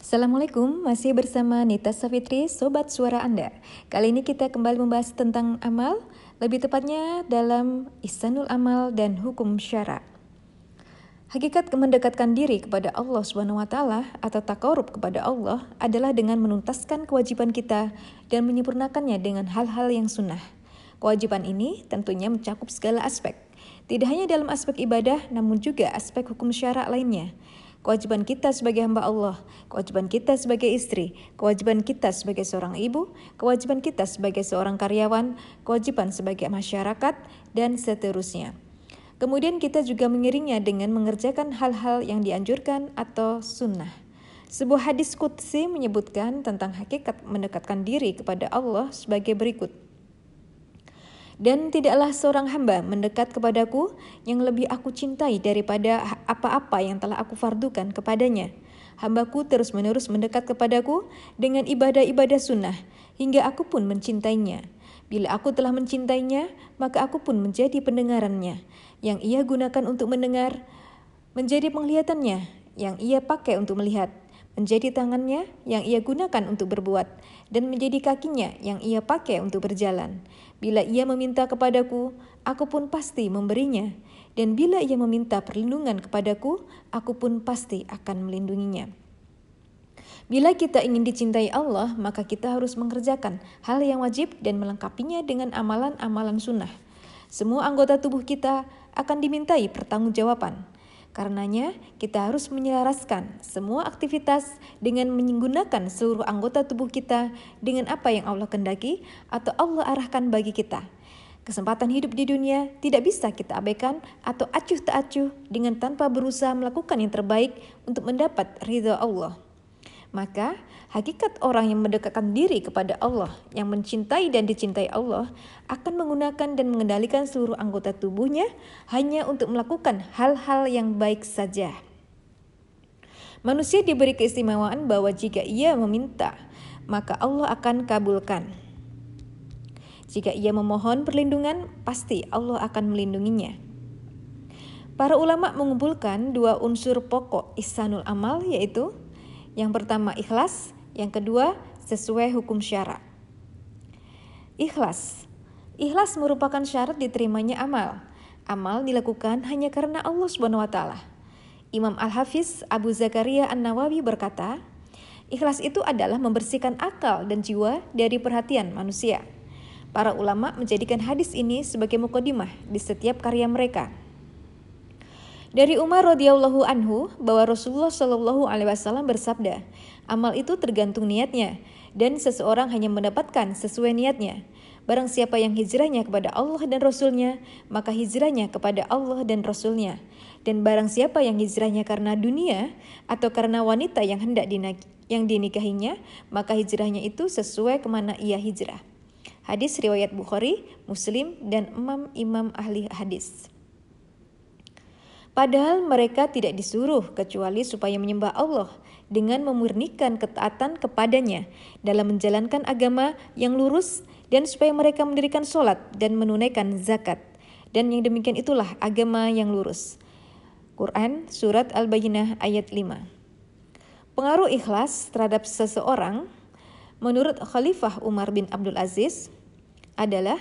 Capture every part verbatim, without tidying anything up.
Assalamualaikum, masih bersama Nita Safitri, Sobat Suara Anda. Kali ini kita kembali membahas tentang amal, lebih tepatnya dalam Ihsanul Amal dan Hukum Syara. Hakikat mendekatkan diri kepada Allah subhanahu wa taala atau taqarrub kepada Allah adalah dengan menuntaskan kewajiban kita dan menyempurnakannya dengan hal-hal yang sunnah. Kewajiban ini tentunya mencakup segala aspek, tidak hanya dalam aspek ibadah, namun juga aspek hukum syara lainnya. Kewajiban kita sebagai hamba Allah, kewajiban kita sebagai istri, kewajiban kita sebagai seorang ibu, kewajiban kita sebagai seorang karyawan, kewajiban sebagai masyarakat, dan seterusnya. Kemudian kita juga mengiringnya dengan mengerjakan hal-hal yang dianjurkan atau sunnah. Sebuah hadis qudsi menyebutkan tentang hakikat mendekatkan diri kepada Allah sebagai berikut. Dan tidaklah seorang hamba mendekat kepadaku yang lebih aku cintai daripada apa-apa yang telah aku fardukan kepadanya. Hambaku terus-menerus mendekat kepadaku dengan ibadah-ibadah sunnah, hingga aku pun mencintainya. Bila aku telah mencintainya, maka aku pun menjadi pendengarannya, yang ia gunakan untuk mendengar, menjadi penglihatannya, yang ia pakai untuk melihat, menjadi tangannya yang ia gunakan untuk berbuat, dan menjadi kakinya yang ia pakai untuk berjalan. Bila ia meminta kepadaku, aku pun pasti memberinya. Dan bila ia meminta perlindungan kepadaku, aku pun pasti akan melindunginya. Bila kita ingin dicintai Allah, maka kita harus mengerjakan hal yang wajib dan melengkapinya dengan amalan-amalan sunnah. Semua anggota tubuh kita akan dimintai pertanggungjawaban. Karenanya, kita harus menyelaraskan semua aktivitas dengan menggunakan seluruh anggota tubuh kita dengan apa yang Allah kehendaki atau Allah arahkan bagi kita. Kesempatan hidup di dunia tidak bisa kita abaikan atau acuh tak acuh dengan tanpa berusaha melakukan yang terbaik untuk mendapat ridha Allah. Maka, hakikat orang yang mendekatkan diri kepada Allah, yang mencintai dan dicintai Allah, akan menggunakan dan mengendalikan seluruh anggota tubuhnya hanya untuk melakukan hal-hal yang baik saja. Manusia diberi keistimewaan bahwa jika ia meminta, maka Allah akan kabulkan. Jika ia memohon perlindungan, pasti Allah akan melindunginya. Para ulama mengumpulkan dua unsur pokok ihsanul amal, yaitu yang pertama ikhlas, yang kedua sesuai hukum syara. Ikhlas. Ikhlas merupakan syarat diterimanya amal. Amal dilakukan hanya karena Allah subhanahu wa taala. Imam Al-Hafiz Abu Zakaria An-Nawawi berkata, ikhlas itu adalah membersihkan akal dan jiwa dari perhatian manusia. Para ulama menjadikan hadis ini sebagai mukadimah di setiap karya mereka. Dari Umar radhiyallahu anhu bahwa Rasulullah shallallahu alaihi wasallam bersabda, amal itu tergantung niatnya dan seseorang hanya mendapatkan sesuai niatnya. Barang siapa yang hijrahnya kepada Allah dan Rasulnya, maka hijrahnya kepada Allah dan Rasulnya. Dan barang siapa yang hijrahnya karena dunia atau karena wanita yang hendak dinak- yang dinikahinya, maka hijrahnya itu sesuai kemana ia hijrah. Hadis riwayat Bukhari, Muslim, dan imam-imam ahli hadis. Padahal mereka tidak disuruh kecuali supaya menyembah Allah dengan memurnikan ketaatan kepadanya dalam menjalankan agama yang lurus dan supaya mereka mendirikan sholat dan menunaikan zakat. Dan yang demikian itulah agama yang lurus. Quran Surat Al-Bayyinah ayat lima. Pengaruh ikhlas terhadap seseorang menurut Khalifah Umar bin Abdul Aziz adalah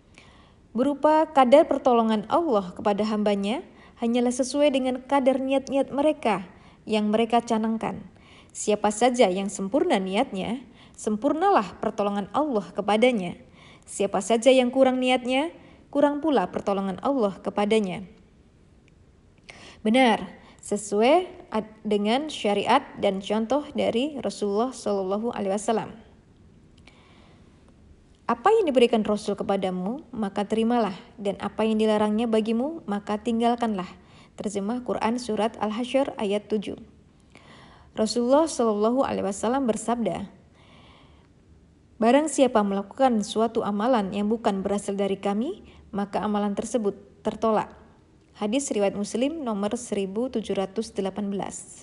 berupa kadar pertolongan Allah kepada hambanya hanyalah sesuai dengan kadar niat-niat mereka yang mereka canangkan. Siapa saja yang sempurna niatnya, sempurnalah pertolongan Allah kepadanya. Siapa saja yang kurang niatnya, kurang pula pertolongan Allah kepadanya. Benar, sesuai dengan syariat dan contoh dari Rasulullah shallallahu alaihi wasallam. Apa yang diberikan Rasul kepadamu, maka terimalah, dan apa yang dilarangnya bagimu, maka tinggalkanlah. Terjemah Quran Surat Al-Hasyr ayat tujuh. Rasulullah shallallahu alaihi wasallam bersabda, barang siapa melakukan suatu amalan yang bukan berasal dari kami, maka amalan tersebut tertolak. Hadis riwayat Muslim nomor seribu tujuh ratus delapan belas.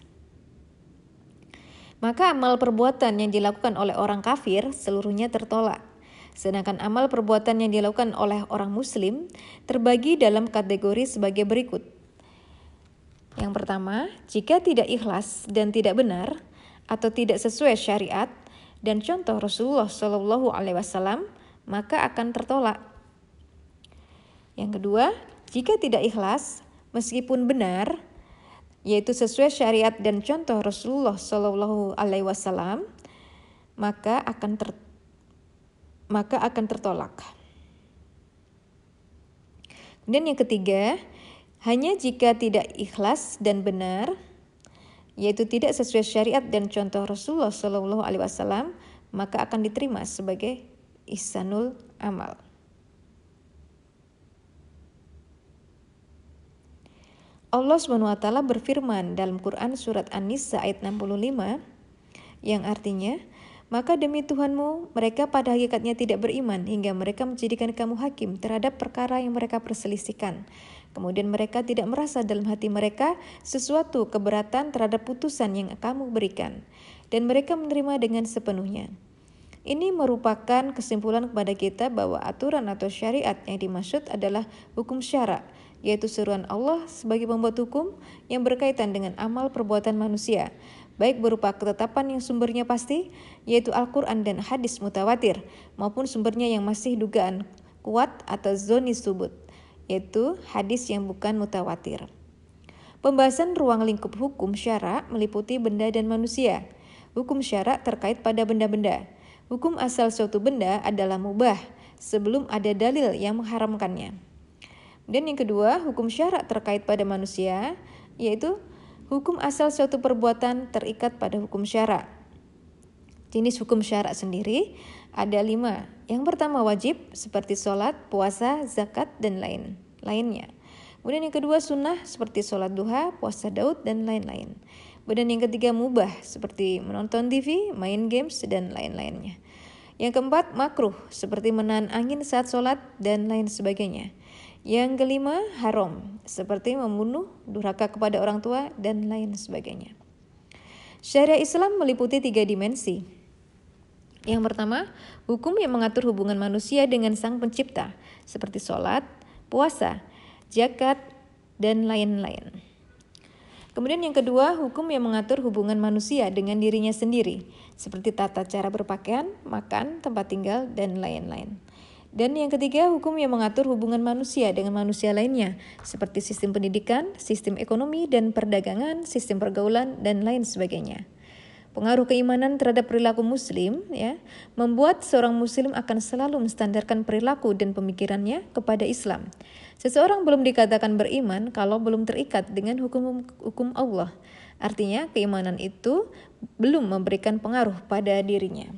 Maka amal perbuatan yang dilakukan oleh orang kafir seluruhnya tertolak. Sedangkan amal perbuatan yang dilakukan oleh orang muslim terbagi dalam kategori sebagai berikut. Yang pertama, jika tidak ikhlas dan tidak benar, atau tidak sesuai syariat dan contoh Rasulullah Shallallahu Alaihi Wasallam, maka akan tertolak. Yang kedua, jika tidak ikhlas meskipun benar, yaitu sesuai syariat dan contoh Rasulullah Shallallahu Alaihi Wasallam, maka akan ter, maka akan tertolak. Dan yang ketiga, hanya jika tidak ikhlas dan benar, yaitu tidak sesuai syariat dan contoh Rasulullah Shallallahu Alaihi Wasallam, maka akan diterima sebagai ihsanul amal. Allah subhanahu wa taala berfirman dalam Quran surat An-Nisa ayat enam puluh lima yang artinya, maka demi Tuhanmu mereka pada hakikatnya tidak beriman hingga mereka menjadikan kamu hakim terhadap perkara yang mereka perselisihkan. Kemudian mereka tidak merasa dalam hati mereka sesuatu keberatan terhadap putusan yang kamu berikan, dan mereka menerima dengan sepenuhnya. Ini merupakan kesimpulan kepada kita bahwa aturan atau syariat yang dimaksud adalah hukum syara, yaitu seruan Allah sebagai pembuat hukum yang berkaitan dengan amal perbuatan manusia, baik berupa ketetapan yang sumbernya pasti, yaitu Al-Quran dan hadis mutawatir, maupun sumbernya yang masih dugaan kuat atau zoni subut, yaitu hadis yang bukan mutawatir. Pembahasan ruang lingkup hukum syara meliputi benda dan manusia. Hukum syara terkait pada benda-benda. Hukum asal suatu benda adalah mubah sebelum ada dalil yang mengharamkannya. Dan yang kedua, hukum syara terkait pada manusia, yaitu hukum asal suatu perbuatan terikat pada hukum syara. Jenis hukum syara sendiri ada lima. Yang pertama wajib, seperti sholat, puasa, zakat, dan lain lainnya. Kemudian yang kedua sunnah, seperti sholat duha, puasa Daud, dan lain-lain. Kemudian yang ketiga mubah, seperti menonton T V, main games, dan lain-lainnya. Yang keempat makruh, seperti menahan angin saat sholat, dan lain sebagainya. Yang kelima haram, seperti membunuh, durhaka kepada orang tua, dan lain sebagainya. Syariat Islam meliputi tiga dimensi. Yang pertama, hukum yang mengatur hubungan manusia dengan Sang Pencipta, seperti sholat, puasa, zakat, dan lain-lain. Kemudian yang kedua, hukum yang mengatur hubungan manusia dengan dirinya sendiri, seperti tata cara berpakaian, makan, tempat tinggal, dan lain-lain. Dan yang ketiga, hukum yang mengatur hubungan manusia dengan manusia lainnya, seperti sistem pendidikan, sistem ekonomi dan perdagangan, sistem pergaulan, dan lain sebagainya. Pengaruh keimanan terhadap perilaku muslim ya, membuat seorang muslim akan selalu menstandarkan perilaku dan pemikirannya kepada Islam. Seseorang belum dikatakan beriman kalau belum terikat dengan hukum-hukum Allah. Artinya, keimanan itu belum memberikan pengaruh pada dirinya.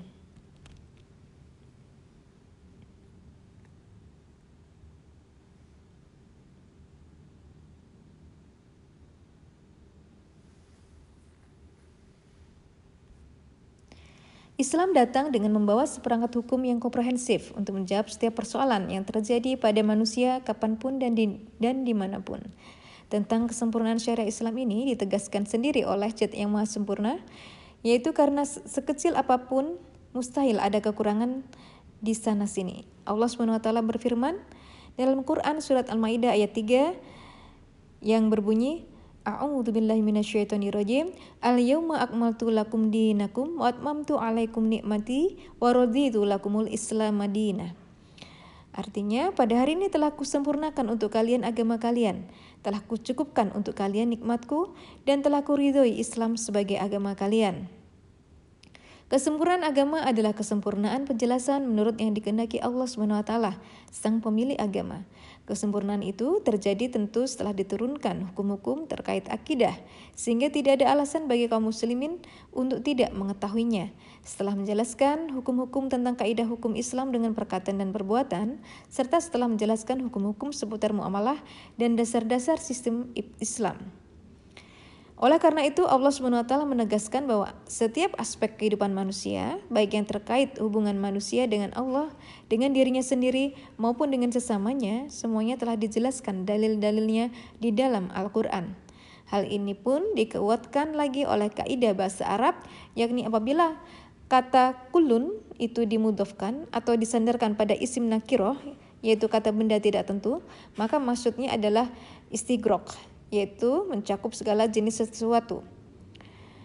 Islam datang dengan membawa seperangkat hukum yang komprehensif untuk menjawab setiap persoalan yang terjadi pada manusia kapanpun dan di, dan dimanapun. Tentang kesempurnaan syariat Islam ini ditegaskan sendiri oleh Zat yang Maha Sempurna, yaitu karena sekecil apapun mustahil ada kekurangan di sana sini. Allah subhanahu wa taala berfirman dalam Quran surat Al-Maidah ayat tiga yang berbunyi, A'udzu billahi minasyaitonir rajim. Al-yauma akmaltu lakum dinakum wa atmamtu 'alaikum nikmati wa raditu lakumul Islam madinah. Artinya, pada hari ini telah kusempurnakan untuk kalian agama kalian, telah kucukupkan untuk kalian nikmatku, dan telah kuridhoi Islam sebagai agama kalian. Kesempurnaan agama adalah kesempurnaan penjelasan menurut yang dikehendaki Allah subhanahu wa taala, sang pemilik agama. Kesempurnaan itu terjadi tentu setelah diturunkan hukum-hukum terkait akidah, sehingga tidak ada alasan bagi kaum muslimin untuk tidak mengetahuinya. Setelah menjelaskan hukum-hukum tentang kaidah hukum Islam dengan perkataan dan perbuatan, serta setelah menjelaskan hukum-hukum seputar muamalah dan dasar-dasar sistem Islam. Oleh karena itu, Allah subhanahu wa taala menegaskan bahwa setiap aspek kehidupan manusia, baik yang terkait hubungan manusia dengan Allah, dengan dirinya sendiri, maupun dengan sesamanya, semuanya telah dijelaskan dalil-dalilnya di dalam Al-Quran. Hal ini pun dikuatkan lagi oleh kaidah bahasa Arab, yakni apabila kata kulun itu dimudhofkan atau disandarkan pada isim nakiroh, yaitu kata benda tidak tentu, maka maksudnya adalah istighraq, yaitu mencakup segala jenis sesuatu.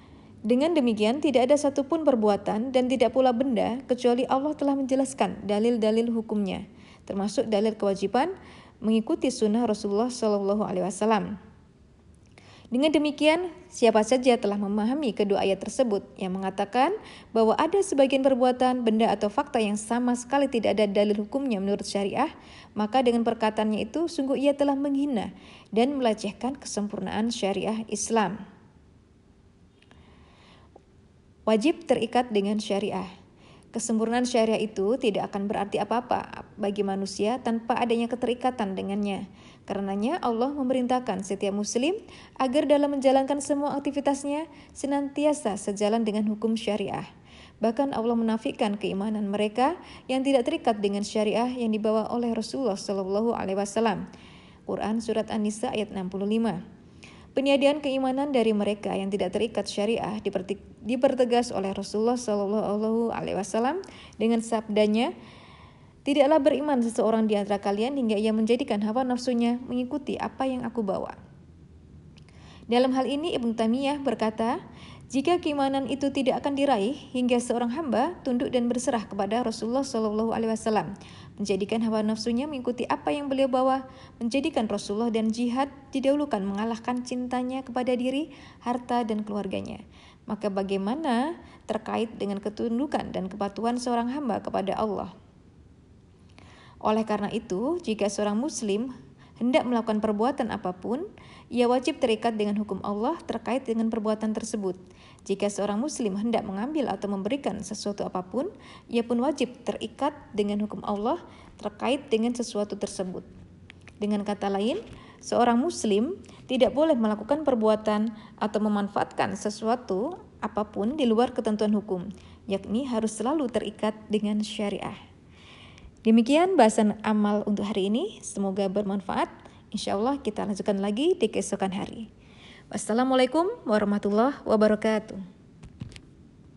Dengan demikian, tidak ada satupun perbuatan dan tidak pula benda kecuali Allah telah menjelaskan dalil-dalil hukumnya, termasuk dalil kewajiban mengikuti sunnah Rasulullah shallallahu alaihi wasallam. Dengan demikian, siapa saja telah memahami kedua ayat tersebut yang mengatakan bahwa ada sebagian perbuatan, benda atau fakta yang sama sekali tidak ada dalil hukumnya menurut syariah, maka dengan perkataannya itu sungguh ia telah menghina dan melecehkan kesempurnaan syariah Islam. Wajib terikat dengan syariah. Kesempurnaan syariah itu tidak akan berarti apa-apa bagi manusia tanpa adanya keterikatan dengannya. Karenanya Allah memerintahkan setiap muslim agar dalam menjalankan semua aktivitasnya senantiasa sejalan dengan hukum syariah. Bahkan Allah menafikan keimanan mereka yang tidak terikat dengan syariah yang dibawa oleh Rasulullah shallallahu alaihi wasallam. Quran Surat An-Nisa ayat enam puluh lima. Peniadaan keimanan dari mereka yang tidak terikat syariah dipertegas oleh Rasulullah shallallahu alaihi wasallam dengan sabdanya, "Tidaklah beriman seseorang di antara kalian hingga ia menjadikan hawa nafsunya mengikuti apa yang aku bawa." Dalam hal ini Ibnu Taimiyah berkata, jika keimanan itu tidak akan diraih hingga seorang hamba tunduk dan berserah kepada Rasulullah shallallahu alaihi wasallam, menjadikan hawa nafsunya mengikuti apa yang beliau bawa, menjadikan Rasulullah dan jihad didahulukan mengalahkan cintanya kepada diri, harta dan keluarganya, maka bagaimana terkait dengan ketundukan dan kepatuhan seorang hamba kepada Allah? Oleh karena itu, jika seorang muslim hendak melakukan perbuatan apapun, ia wajib terikat dengan hukum Allah terkait dengan perbuatan tersebut. Jika seorang muslim hendak mengambil atau memberikan sesuatu apapun, ia pun wajib terikat dengan hukum Allah terkait dengan sesuatu tersebut. Dengan kata lain, seorang muslim tidak boleh melakukan perbuatan atau memanfaatkan sesuatu apapun di luar ketentuan hukum, yakni harus selalu terikat dengan syariah. Demikian bahasan amal untuk hari ini, semoga bermanfaat. Insya Allah kita lanjutkan lagi di keesokan hari. Wassalamualaikum warahmatullahi wabarakatuh.